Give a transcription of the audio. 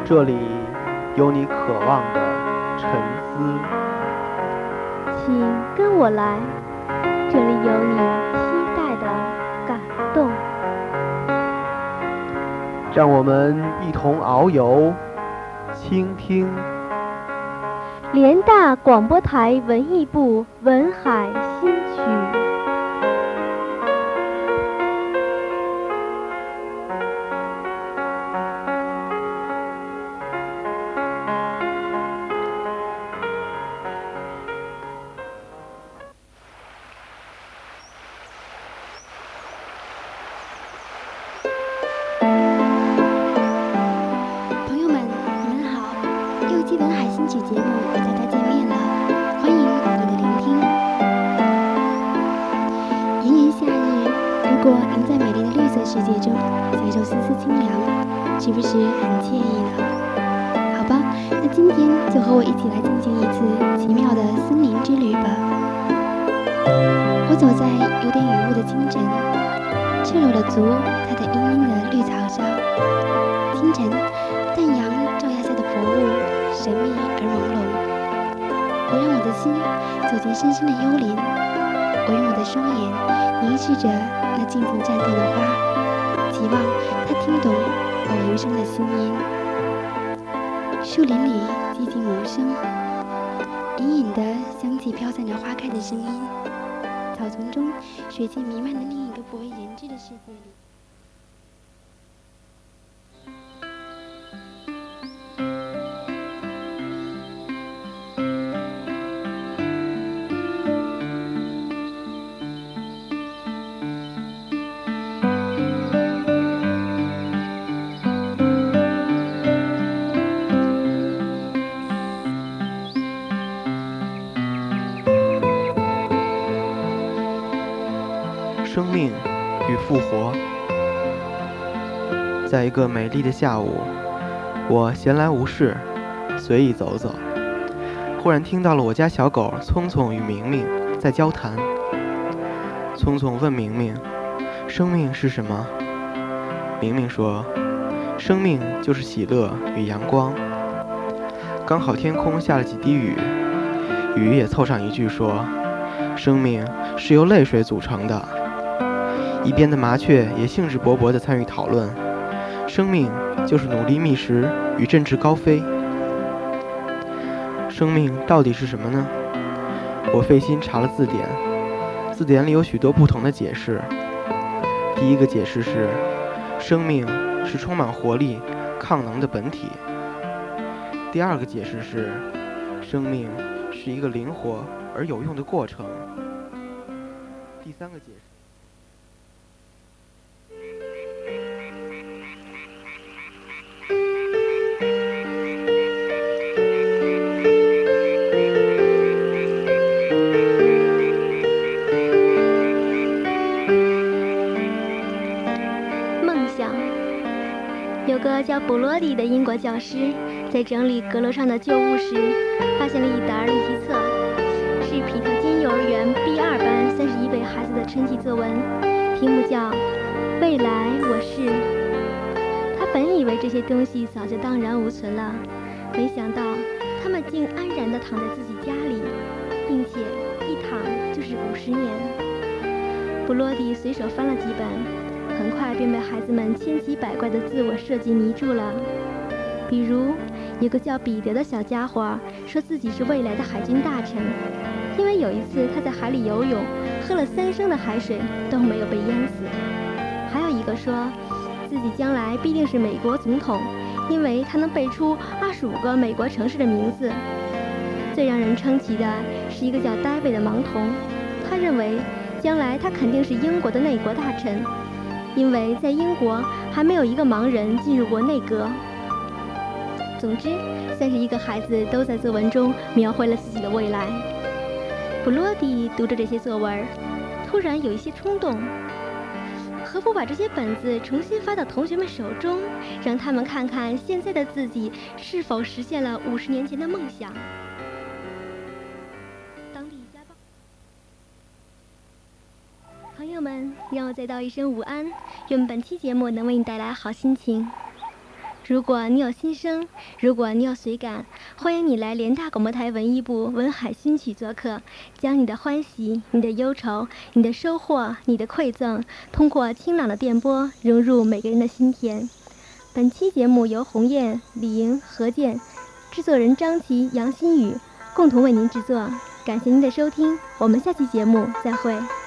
这里有你渴望的沉思， 请跟我来，这里有你期待的感动。 让我们一同遨游，倾听联大广播台文艺部文海新曲。 是不是很惬意呢？好吧，那今天就和我一起来进行一次奇妙的森林之旅吧。我走在有点雨雾的清晨，赤裸了足踏在阴阴的绿草上。清晨，淡阳照耀下的薄雾神秘而朦胧。我让我的心走进深深的幽林，我用我的双眼凝视着那静静颤动的花，期望它听懂我无声的心音。树林里寂静无声，隐隐的香气飘散着花开的声音。草丛中水汽弥漫的另一个不为人知的世界里。 生命与复活。在一个美丽的下午，我闲来无事，随意走走，忽然听到了我家小狗聪聪与明明在交谈。聪聪问明明：“生命是什么？”明明说：“生命就是喜乐与阳光。”刚好天空下了几滴雨，雨也凑上一句说：“生命是由泪水组成的。”一边的麻雀也兴致勃勃地参与讨论：“生命就是努力觅食与振翅高飞。”生命到底是什么呢？我费心查了字典，字典里有许多不同的解释。第一个解释是，生命是充满活力、抗能的本体。第二个解释是，生命是一个灵活而有用的过程。第三个解释。 有个叫布罗迪的英国教师在整理阁楼上的旧物时，发现了一沓练习册，是皮特金幼儿园 B2 班31位孩子的春季作文，题目叫《未来我是》。他本以为这些东西早就荡然无存了，没想到他们竟安然地躺在自己家里，并且一躺就是50年。布罗迪随手翻了几本，很快便被孩子们千奇百怪的自我设计迷住了。比如，有个叫彼得的小家伙说自己是未来的海军大臣，因为有一次他在海里游泳，喝了3升的海水都没有被淹死。还有一个说自己将来必定是美国总统，因为他能背出25个美国城市的名字。最让人称奇的是一个叫戴维的盲童，他认为将来他肯定是英国的内阁大臣，因为在英国还没有一个盲人进入过内阁。总之，31个孩子都在作文中描绘了自己的未来。布罗迪读着这些作文，突然有一些冲动，何不把这些本子重新发到同学们手中，让他们看看现在的自己是否实现了50年前的梦想。朋友们，让我再道一声午安，愿本期节目能为你带来好心情。 如果你有心声，如果你有随感，欢迎你来联大广播台文艺部文海新曲做客，将你的欢喜、你的忧愁、你的收获、你的馈赠，通过清朗的电波融入每个人的心田。本期节目由鸿雁、李莹、何健，制作人张琪、杨新宇共同为您制作。感谢您的收听，我们下期节目再会。